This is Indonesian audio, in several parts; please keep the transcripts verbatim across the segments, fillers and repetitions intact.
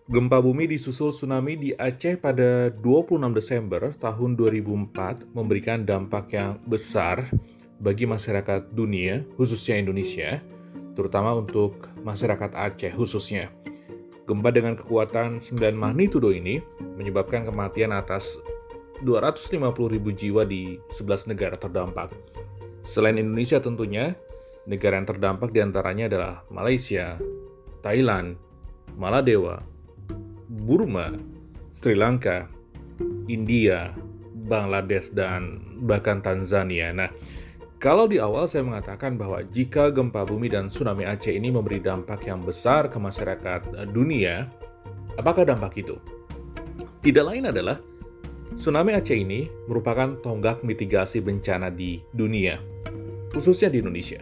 Gempa bumi disusul tsunami di Aceh pada dua puluh enam Desember tahun dua ribu empat memberikan dampak yang besar bagi masyarakat dunia, khususnya Indonesia, terutama untuk masyarakat Aceh khususnya. Gempa dengan kekuatan sembilan magnitudo ini menyebabkan kematian atas dua ratus lima puluh ribu jiwa di sebelas negara terdampak. Selain Indonesia tentunya, negara yang terdampak diantaranya adalah Malaysia, Thailand, Maladewa, Burma, Sri Lanka, India, Bangladesh, dan bahkan Tanzania. Nah, kalau di awal saya mengatakan bahwa jika gempa bumi dan tsunami Aceh ini memberi dampak yang besar ke masyarakat dunia, apakah dampak itu? Tidak lain adalah tsunami Aceh ini merupakan tonggak mitigasi bencana di dunia, khususnya di Indonesia.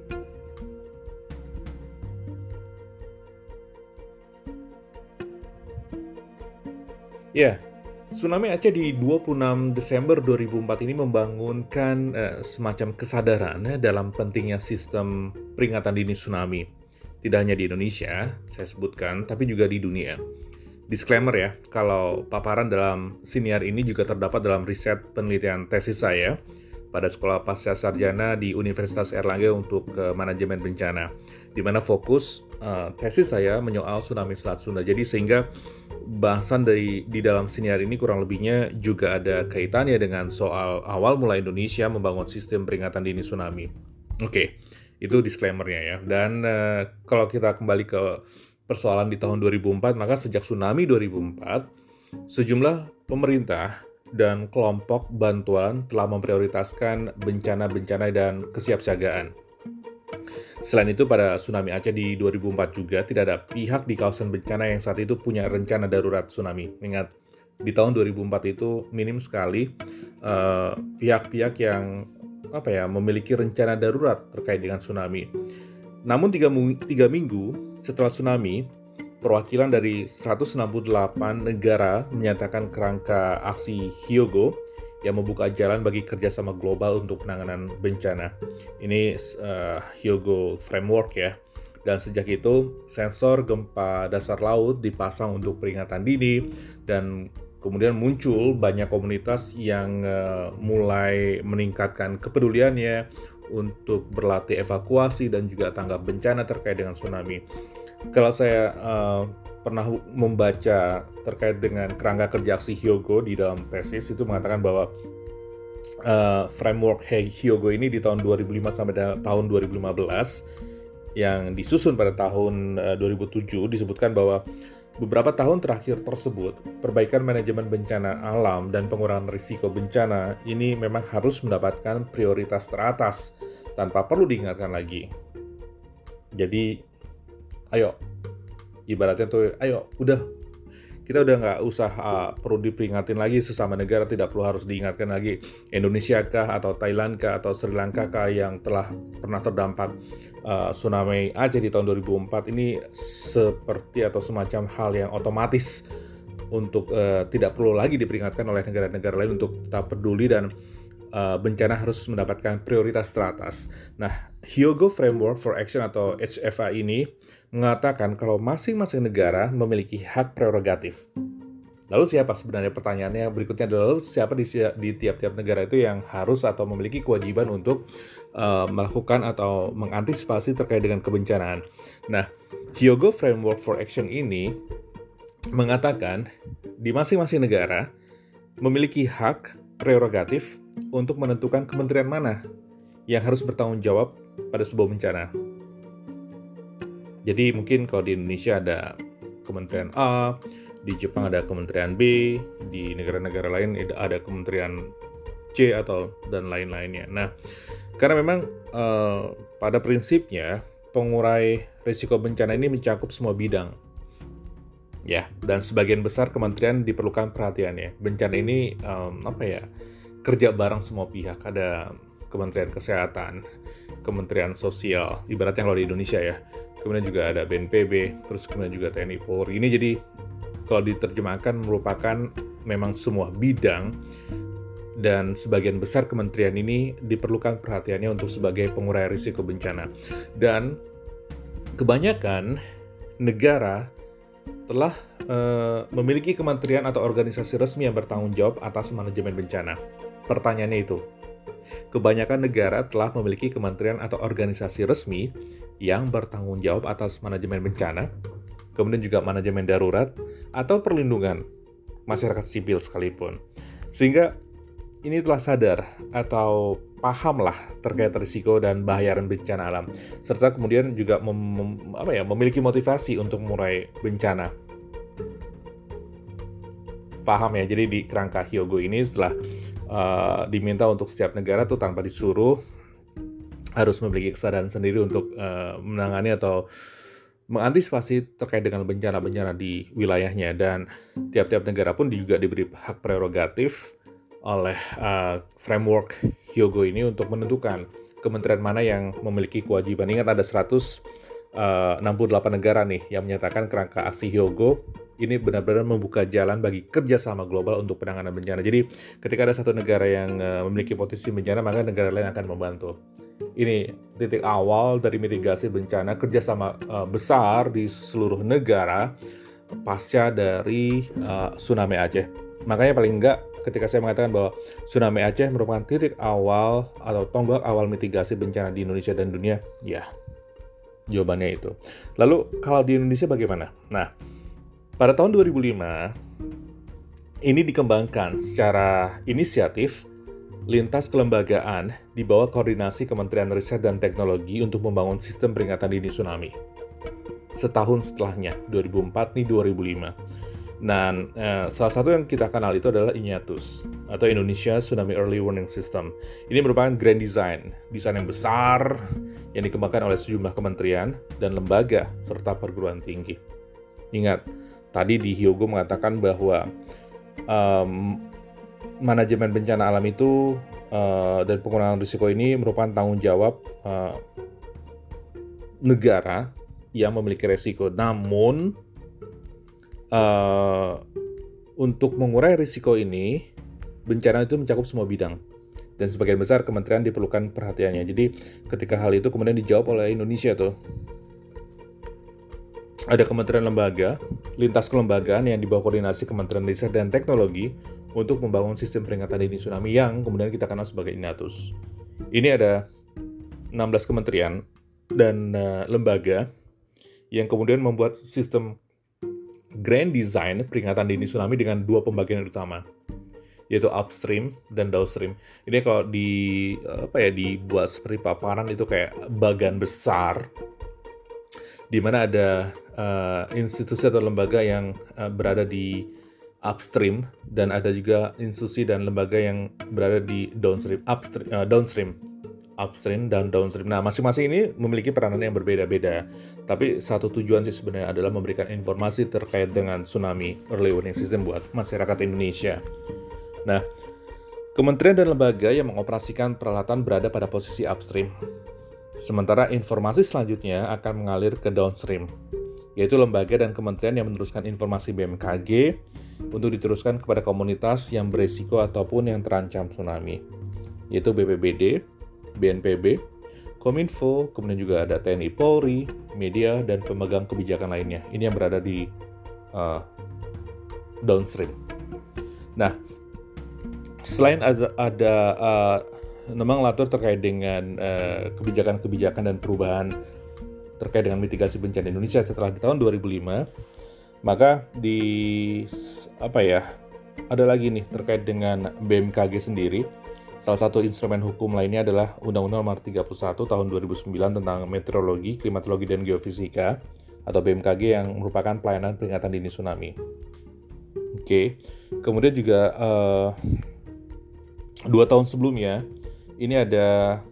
Ya, tsunami Aceh di dua puluh enam Desember dua ribu empat ini membangunkan eh, semacam kesadaran eh, dalam pentingnya sistem peringatan dini tsunami. Tidak hanya di Indonesia, saya sebutkan, tapi juga di dunia. Disclaimer ya, kalau paparan dalam siniar ini juga terdapat dalam riset penelitian tesis saya pada Sekolah Pasca Sarjana di Universitas Airlangga untuk uh, manajemen bencana, di mana fokus uh, tesis saya menyoal tsunami Selat Sunda. Jadi sehingga bahasan dari di dalam siniar ini kurang lebihnya juga ada kaitannya dengan soal awal mula Indonesia membangun sistem peringatan dini tsunami. Oke, itu disclaimer-nya ya. Dan uh, kalau kita kembali ke persoalan di tahun dua ribu empat, maka sejak tsunami dua ribu empat, sejumlah pemerintah dan kelompok bantuan telah memprioritaskan bencana-bencana dan kesiapsiagaan. Selain itu, pada tsunami Aceh di dua ribu empat juga tidak ada pihak di kawasan bencana yang saat itu punya rencana darurat tsunami. Ingat, di tahun dua ribu empat itu minim sekali uh, pihak-pihak yang apa ya memiliki rencana darurat terkait dengan tsunami. Namun tiga, tiga minggu setelah tsunami, perwakilan dari seratus enam puluh delapan negara menyatakan kerangka aksi Hyogo yang membuka jalan bagi kerjasama global untuk penanganan bencana. Ini uh, Hyogo Framework ya. Dan sejak itu, sensor gempa dasar laut dipasang untuk peringatan dini, dan kemudian muncul banyak komunitas yang uh, mulai meningkatkan kepeduliannya untuk berlatih evakuasi dan juga tanggap bencana terkait dengan tsunami. Kalau saya uh, pernah membaca terkait dengan kerangka kerja aksi Hyogo di dalam tesis, itu mengatakan bahwa uh, framework Hyogo ini di tahun dua ribu lima sampai tahun dua ribu lima belas yang disusun pada tahun uh, dua ribu tujuh disebutkan bahwa beberapa tahun terakhir tersebut perbaikan manajemen bencana alam dan pengurangan risiko bencana ini memang harus mendapatkan prioritas teratas tanpa perlu diingatkan lagi. Jadi ayo, ibaratnya tuh, ayo, udah, kita udah nggak usah uh, perlu diperingatin lagi sesama negara, tidak perlu harus diingatkan lagi Indonesia kah, atau Thailand kah, atau Sri Lanka kah yang telah pernah terdampak uh, tsunami Aceh di tahun dua ribu empat ini seperti atau semacam hal yang otomatis untuk uh, tidak perlu lagi diperingatkan oleh negara-negara lain untuk tetap peduli dan uh, bencana harus mendapatkan prioritas teratas. Nah, Hyogo Framework for Action atau H F A ini mengatakan kalau masing-masing negara memiliki hak prerogatif. Lalu siapa sebenarnya, pertanyaannya berikutnya adalah siapa di, di tiap-tiap negara itu yang harus atau memiliki kewajiban untuk uh, melakukan atau mengantisipasi terkait dengan kebencanaan. Nah, Hyogo Framework for Action ini mengatakan di masing-masing negara memiliki hak prerogatif untuk menentukan kementerian mana yang harus bertanggung jawab pada sebuah bencana. Jadi mungkin kalau di Indonesia ada Kementerian A, di Jepang ada Kementerian B, di negara-negara lain ada Kementerian C atau dan lain-lainnya. Nah, karena memang eh, pada prinsipnya pengurai risiko bencana ini mencakup semua bidang. Ya, dan sebagian besar kementerian diperlukan perhatiannya. Bencana ini um, apa ya? Kerja bareng semua pihak. Ada Kementerian Kesehatan, Kementerian Sosial, ibaratnya kalau di Indonesia ya. Kemudian juga ada B N P B, terus kemudian juga T N I Polri. Ini jadi kalau diterjemahkan merupakan memang semua bidang, dan sebagian besar kementerian ini diperlukan perhatiannya untuk sebagai pengurai risiko bencana. Dan kebanyakan negara telah eh, memiliki kementerian atau organisasi resmi yang bertanggung jawab atas manajemen bencana? Pertanyaannya itu. Kebanyakan negara telah memiliki kementerian atau organisasi resmi yang bertanggung jawab atas manajemen bencana, kemudian juga manajemen darurat, atau perlindungan masyarakat sipil sekalipun. Sehingga ini telah sadar atau pahamlah terkait risiko dan bahaya bencana alam, serta kemudian juga mem, mem, apa ya, memiliki motivasi untuk mulai bencana. Paham ya, jadi di kerangka Hyogo ini setelah uh, diminta untuk setiap negara tuh tanpa disuruh harus memiliki kesadaran sendiri untuk uh, menangani atau mengantisipasi terkait dengan bencana-bencana di wilayahnya, dan tiap-tiap negara pun juga diberi hak prerogatif oleh uh, framework Hyogo ini untuk menentukan kementerian mana yang memiliki kewajiban. Ingat ada seratus enam puluh delapan negara nih yang menyatakan kerangka aksi Hyogo ini benar-benar membuka jalan bagi kerjasama global untuk penanganan bencana. Jadi ketika ada satu negara yang uh, memiliki potensi bencana, maka negara lain akan membantu. Ini titik awal dari mitigasi bencana, kerjasama uh, besar di seluruh negara pasca dari uh, tsunami Aceh. Makanya paling enggak ketika saya mengatakan bahwa tsunami Aceh merupakan titik awal atau tonggak awal mitigasi bencana di Indonesia dan dunia, ya jawabannya itu. Lalu kalau di Indonesia bagaimana? Nah, pada tahun dua ribu lima, ini dikembangkan secara inisiatif lintas kelembagaan di bawah koordinasi Kementerian Riset dan Teknologi untuk membangun sistem peringatan dini tsunami. Setahun setelahnya, dua ribu empat nih dua ribu lima. Dan eh, salah satu yang kita kenal itu adalah INATUS, atau Indonesia Tsunami Early Warning System. Ini merupakan grand design, desain yang besar yang dikembangkan oleh sejumlah kementerian dan lembaga serta perguruan tinggi. Ingat, tadi di Hyogo mengatakan bahwa um, manajemen bencana alam itu uh, dan pengurangan risiko ini merupakan tanggung jawab uh, negara yang memiliki risiko. Namun, uh, untuk mengurai risiko ini, bencana itu mencakup semua bidang. Dan sebagian besar kementerian diperlukan perhatiannya. Jadi ketika hal itu kemudian dijawab oleh Indonesia tuh, ada kementerian lembaga, lintas kelembagaan yang di bawah koordinasi Kementerian Riset dan Teknologi untuk membangun sistem peringatan dini tsunami yang kemudian kita kenal sebagai INATUS. Ini ada enam belas kementerian dan uh, lembaga yang kemudian membuat sistem grand design peringatan dini tsunami dengan dua pembagian utama, yaitu upstream dan downstream. Ini kalau di apa ya dibuat seperti paparan itu kayak bagan besar di mana ada uh, institusi atau lembaga yang uh, berada di upstream dan ada juga institusi dan lembaga yang berada di downstream, upstream, uh, downstream, upstream dan downstream. Nah, masing-masing ini memiliki peranan yang berbeda-beda. Tapi satu tujuan sih sebenarnya adalah memberikan informasi terkait dengan tsunami early warning system buat masyarakat Indonesia. Nah, kementerian dan lembaga yang mengoperasikan peralatan berada pada posisi upstream. Sementara informasi selanjutnya akan mengalir ke downstream, yaitu lembaga dan kementerian yang meneruskan informasi B M K G untuk diteruskan kepada komunitas yang berisiko ataupun yang terancam tsunami, yaitu B P B D, B N P B, Kominfo, kemudian juga ada T N I Polri, media, dan pemegang kebijakan lainnya. Ini yang berada di uh, downstream. Nah, selain ada, ada uh, nomenklatur terkait dengan uh, kebijakan-kebijakan dan perubahan terkait dengan mitigasi bencana Indonesia setelah di tahun dua ribu lima, maka di apa ya ada lagi nih terkait dengan B M K G sendiri. Salah satu instrumen hukum lainnya adalah Undang-Undang Nomor tiga puluh satu Tahun dua ribu sembilan tentang Meteorologi, Klimatologi, dan Geofisika atau B M K G yang merupakan pelayanan peringatan dini tsunami. Oke, kemudian juga uh, dua tahun sebelumnya ini ada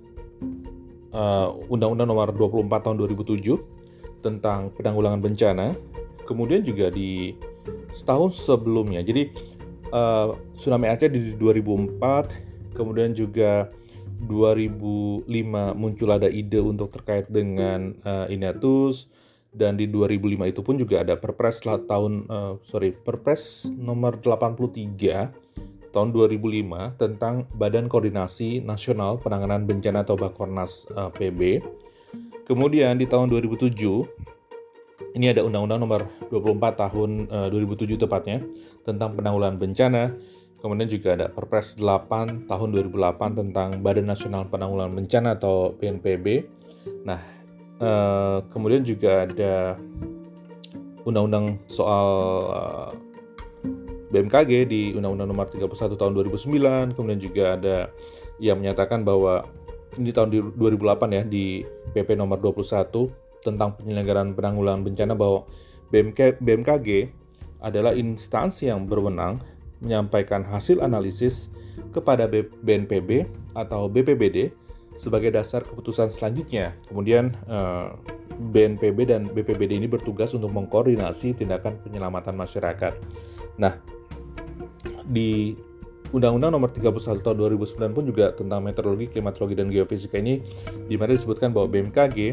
uh, Undang-Undang Nomor dua puluh empat Tahun dua ribu tujuh tentang penanggulangan bencana. Kemudian juga di setahun sebelumnya, jadi uh, tsunami Aceh di dua ribu empat, kemudian juga dua ribu lima muncul ada ide untuk terkait dengan uh, INATUS, dan di dua ribu lima itu pun juga ada Perpres tahun uh, sorry Perpres nomor delapan puluh tiga tahun dua ribu lima tentang Badan Koordinasi Nasional Penanganan Bencana atau Bakornas uh, P B. Kemudian di tahun dua ribu tujuh Ini ada Undang-Undang Nomor dua puluh empat Tahun uh, dua ribu tujuh tepatnya tentang penanggulangan bencana. Kemudian juga ada Perpres delapan Tahun dua ribu delapan tentang Badan Nasional Penanggulangan Bencana atau B N P B. Nah, uh, kemudian juga ada Undang-Undang soal uh, B M K G di Undang-Undang Nomor tiga puluh satu Tahun dua ribu sembilan. Kemudian juga ada yang menyatakan bahwa ini tahun dua ribu delapan ya di P P Nomor dua puluh satu tentang penyelenggaraan penanggulangan bencana bahwa B M K, B M K G adalah instansi yang berwenang menyampaikan hasil analisis kepada B N P B atau B P B D sebagai dasar keputusan selanjutnya. Kemudian eh, B N P B dan B P B D ini bertugas untuk mengkoordinasi tindakan penyelamatan masyarakat. Nah, di Undang-Undang Nomor tiga puluh satu Tahun dua ribu sembilan pun juga tentang meteorologi, klimatologi, dan geofisika ini di mana disebutkan bahwa B M K G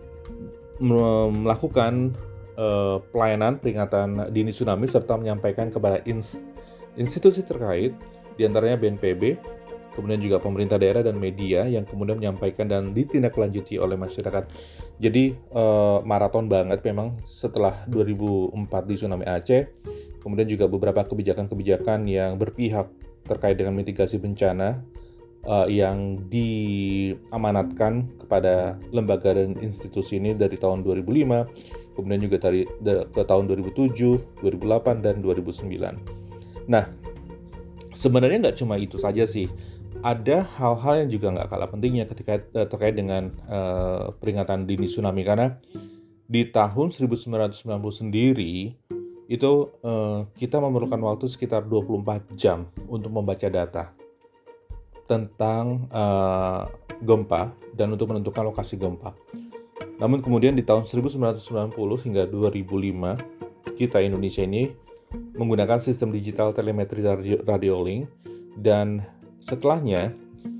melakukan uh, pelayanan peringatan dini tsunami serta menyampaikan kepada ins- institusi terkait, diantaranya B N P B, kemudian juga pemerintah daerah dan media yang kemudian menyampaikan dan ditindaklanjuti oleh masyarakat. Jadi uh, maraton banget memang setelah dua ribu empat di tsunami Aceh, kemudian juga beberapa kebijakan-kebijakan yang berpihak terkait dengan mitigasi bencana Uh, yang diamanatkan kepada lembaga dan institusi ini dari tahun dua ribu lima, kemudian juga dari de, ke tahun dua ribu tujuh, dua ribu delapan, dan dua ribu sembilan. Nah, sebenarnya nggak cuma itu saja sih. Ada hal-hal yang juga nggak kalah pentingnya ketika uh, terkait dengan uh, peringatan dini tsunami, karena di tahun seribu sembilan ratus sembilan puluh sendiri itu uh, kita memerlukan waktu sekitar dua puluh empat jam untuk membaca data tentang uh, gempa dan untuk menentukan lokasi gempa. Namun kemudian di tahun seribu sembilan ratus sembilan puluh hingga dua ribu lima, kita Indonesia ini menggunakan sistem digital telemetri radio, radio link, dan setelahnya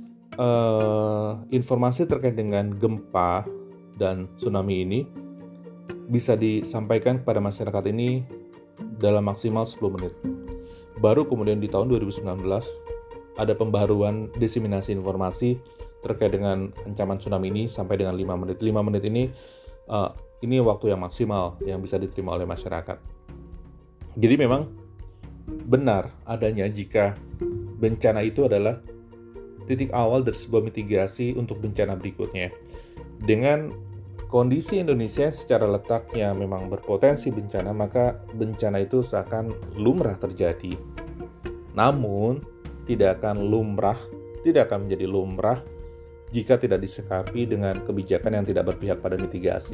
uh, informasi terkait dengan gempa dan tsunami ini bisa disampaikan kepada masyarakat ini dalam maksimal sepuluh menit. Baru kemudian di tahun dua ribu sembilan belas ada pembaruan diseminasi informasi terkait dengan ancaman tsunami ini sampai dengan lima menit. lima menit ini uh, ini waktu yang maksimal yang bisa diterima oleh masyarakat. Jadi memang benar adanya jika bencana itu adalah titik awal dari sebuah mitigasi untuk bencana berikutnya. Dengan kondisi Indonesia secara letaknya memang berpotensi bencana, maka bencana itu seakan lumrah terjadi. Namun tidak akan lumrah, tidak akan menjadi lumrah jika tidak disikapi dengan kebijakan yang tidak berpihak pada mitigasi.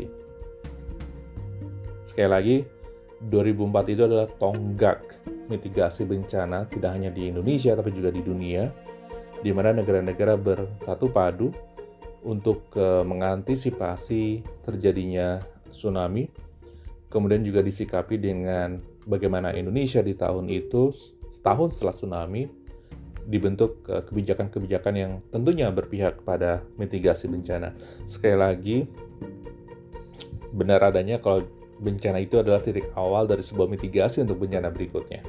Sekali lagi, dua ribu empat itu adalah tonggak mitigasi bencana tidak hanya di Indonesia tapi juga di dunia, di mana negara-negara bersatu padu untuk uh, mengantisipasi terjadinya tsunami. Kemudian juga disikapi dengan bagaimana Indonesia di tahun itu, setahun setelah tsunami, dibentuk kebijakan-kebijakan yang tentunya berpihak kepada mitigasi bencana. Sekali lagi, benar adanya kalau bencana itu adalah titik awal dari sebuah mitigasi untuk bencana berikutnya.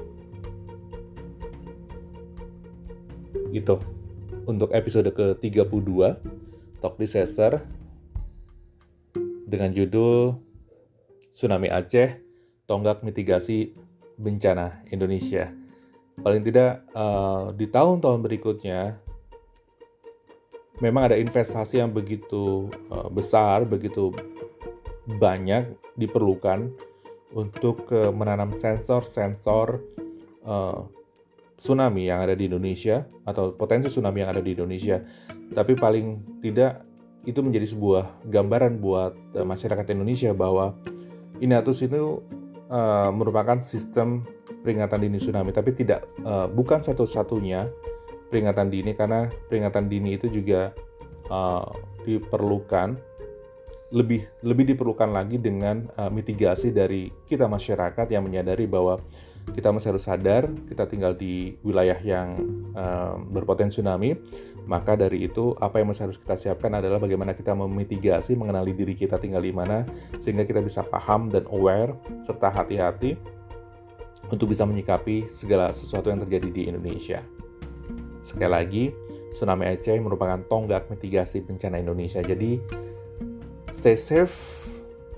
Gitu. Untuk episode ke tiga puluh dua, Talk Disaster, dengan judul Tsunami Aceh, Tonggak Mitigasi Bencana Indonesia. Paling tidak uh, di tahun-tahun berikutnya memang ada investasi yang begitu uh, besar, begitu banyak diperlukan untuk uh, menanam sensor-sensor uh, tsunami yang ada di Indonesia atau potensi tsunami yang ada di Indonesia. Tapi paling tidak itu menjadi sebuah gambaran buat uh, masyarakat Indonesia bahwa Inatus itu uh, merupakan sistem peringatan dini tsunami, tapi tidak uh, bukan satu-satunya peringatan dini, karena peringatan dini itu juga uh, diperlukan lebih lebih diperlukan lagi dengan uh, mitigasi dari kita masyarakat yang menyadari bahwa kita masih harus sadar kita tinggal di wilayah yang uh, berpotensi tsunami. Maka dari itu apa yang masih harus kita siapkan adalah bagaimana kita memitigasi, mengenali diri kita tinggal di mana, sehingga kita bisa paham dan aware serta hati-hati untuk bisa menyikapi segala sesuatu yang terjadi di Indonesia. Sekali lagi, tsunami Aceh merupakan tonggak mitigasi bencana Indonesia. Jadi, stay safe,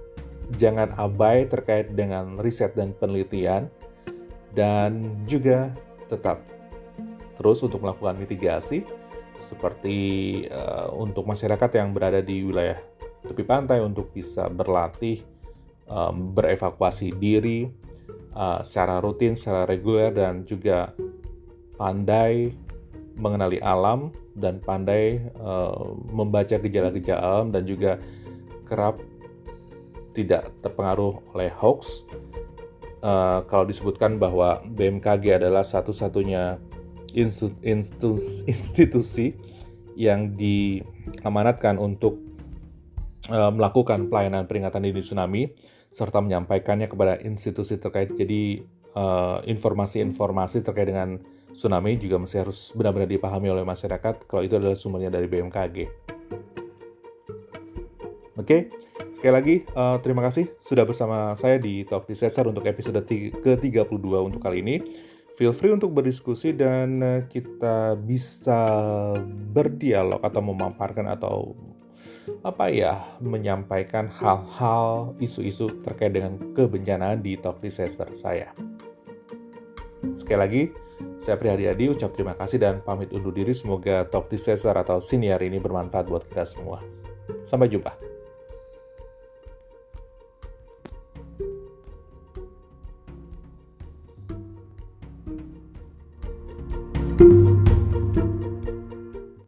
jangan abai terkait dengan riset dan penelitian, dan juga tetap terus untuk melakukan mitigasi, seperti uh, untuk masyarakat yang berada di wilayah tepi pantai untuk bisa berlatih, um, berevakuasi diri uh, secara rutin, secara reguler, dan juga pandai mengenali alam dan pandai uh, membaca gejala-gejala alam, dan juga kerap tidak terpengaruh oleh hoax. Uh, kalau disebutkan bahwa B M K G adalah satu-satunya institu- institu- institusi yang diamanatkan untuk uh, melakukan pelayanan peringatan dini tsunami serta menyampaikannya kepada institusi terkait. Jadi uh, informasi-informasi terkait dengan tsunami juga masih harus benar-benar dipahami oleh masyarakat kalau itu adalah sumbernya dari B M K G. Oke, sekali lagi uh, terima kasih sudah bersama saya di Talk Disaster untuk episode ke tiga puluh dua untuk kali ini. Feel free untuk berdiskusi dan uh, kita bisa berdialog atau memaparkan atau apa ya, menyampaikan hal-hal, isu-isu terkait dengan kebencanaan di Talk Disaster saya. Sekali lagi, saya Prihadi ucap terima kasih dan pamit undur diri. Semoga Talk Disaster atau Siniar ini bermanfaat buat kita semua. Sampai jumpa.